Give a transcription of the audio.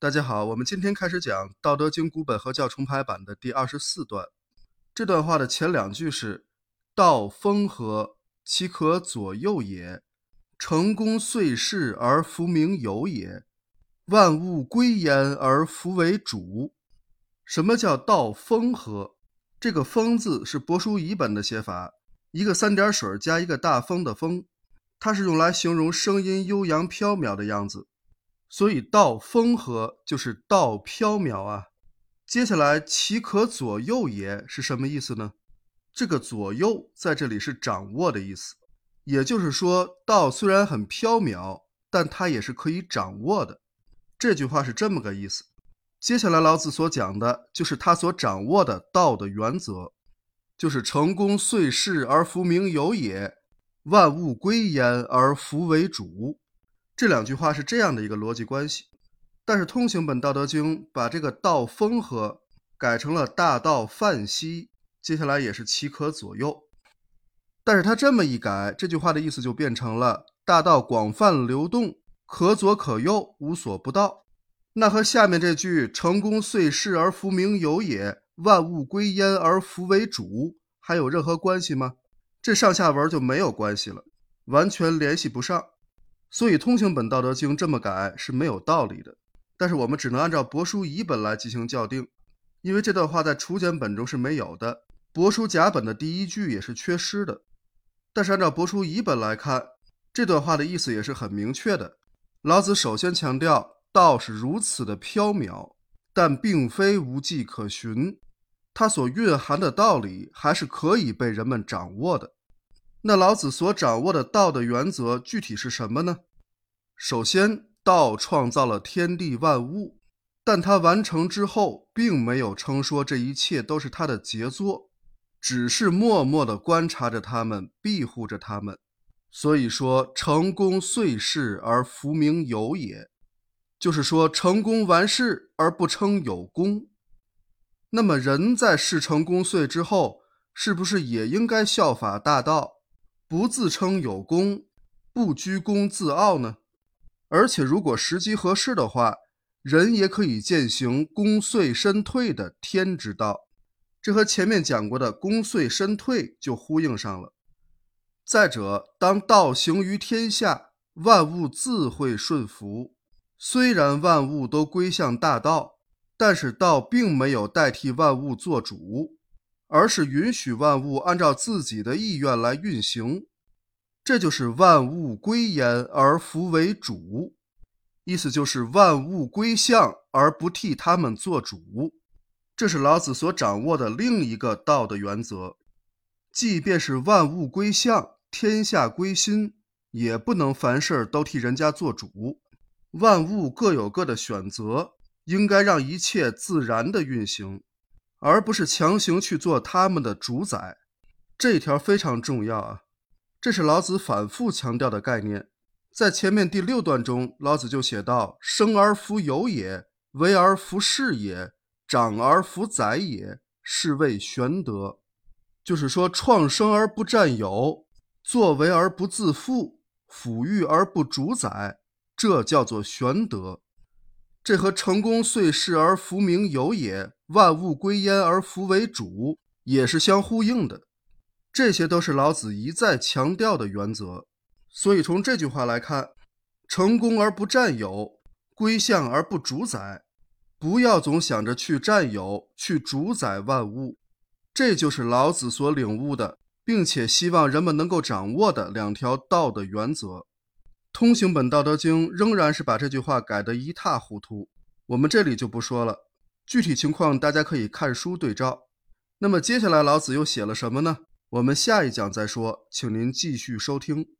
大家好，我们今天开始讲《道德经》古本合教重排版的第24段。这段话的前两句是道风和，其可左右也，成功遂事而弗名有也，万物归焉而弗为主。什么叫道风和？这个风字是帛书乙本的写法，一个三点水加一个大风的风，它是用来形容声音悠扬飘渺的样子，所以道风和就是道飘渺啊。接下来其可左右也是什么意思呢？这个左右在这里是掌握的意思，也就是说道虽然很飘渺，但它也是可以掌握的。这句话是这么个意思。接下来老子所讲的就是他所掌握的道的原则，就是成功遂事而弗名有也，万物归焉而弗为主。这两句话是这样的一个逻辑关系，但是通行本《道德经》把这个道风和改成了大道泛兮，接下来也是其可左右。但是他这么一改，这句话的意思就变成了大道广泛流动，可左可右，无所不到。那和下面这句成功遂事而弗名有也，万物归焉而弗为主还有任何关系吗？这上下文就没有关系了，完全联系不上。所以通行本《道德经》这么改是没有道理的，但是我们只能按照帛书乙本来进行校订，因为这段话在楚简本中是没有的，帛书甲本的第一句也是缺失的。但是按照帛书乙本来看，这段话的意思也是很明确的。老子首先强调道是如此的缥缈，但并非无迹可寻，它所蕴含的道理还是可以被人们掌握的。那老子所掌握的道的原则具体是什么呢？首先，道创造了天地万物，但它完成之后并没有称说这一切都是他的杰作，只是默默地观察着他们，庇护着他们。所以说成功遂事而弗名有也，就是说成功完事而不称有功。那么人在事成功遂之后，是不是也应该效法大道，不自称有功，不居功自傲呢？而且如果时机合适的话，人也可以践行功遂身退的天之道，这和前面讲过的功遂身退就呼应上了。再者，当道行于天下，万物自会顺服。虽然万物都归向大道，但是道并没有代替万物做主，而是允许万物按照自己的意愿来运行。这就是万物归焉而弗为主，意思就是万物归向而不替他们做主。这是老子所掌握的另一个道的原则，即便是万物归向，天下归心，也不能凡事都替人家做主。万物各有各的选择，应该让一切自然的运行，而不是强行去做他们的主宰。这一条非常重要啊，这是老子反复强调的概念。在前面第6段中，老子就写到：生而弗有也，为而弗恃也，长而弗宰也，是谓玄德。就是说创生而不占有，作为而不自负，抚育而不主宰，这叫做玄德。这和成功遂事而弗名有也，万物归焉而弗为主也是相呼应的。这些都是老子一再强调的原则。所以从这句话来看，成功而不占有，归向而不主宰，不要总想着去占有，去主宰万物。这就是老子所领悟的，并且希望人们能够掌握的2条道的原则。通行本《道德经》仍然是把这句话改得一塌糊涂，我们这里就不说了，具体情况大家可以看书对照。那么接下来老子又写了什么呢？我们下一讲再说，请您继续收听。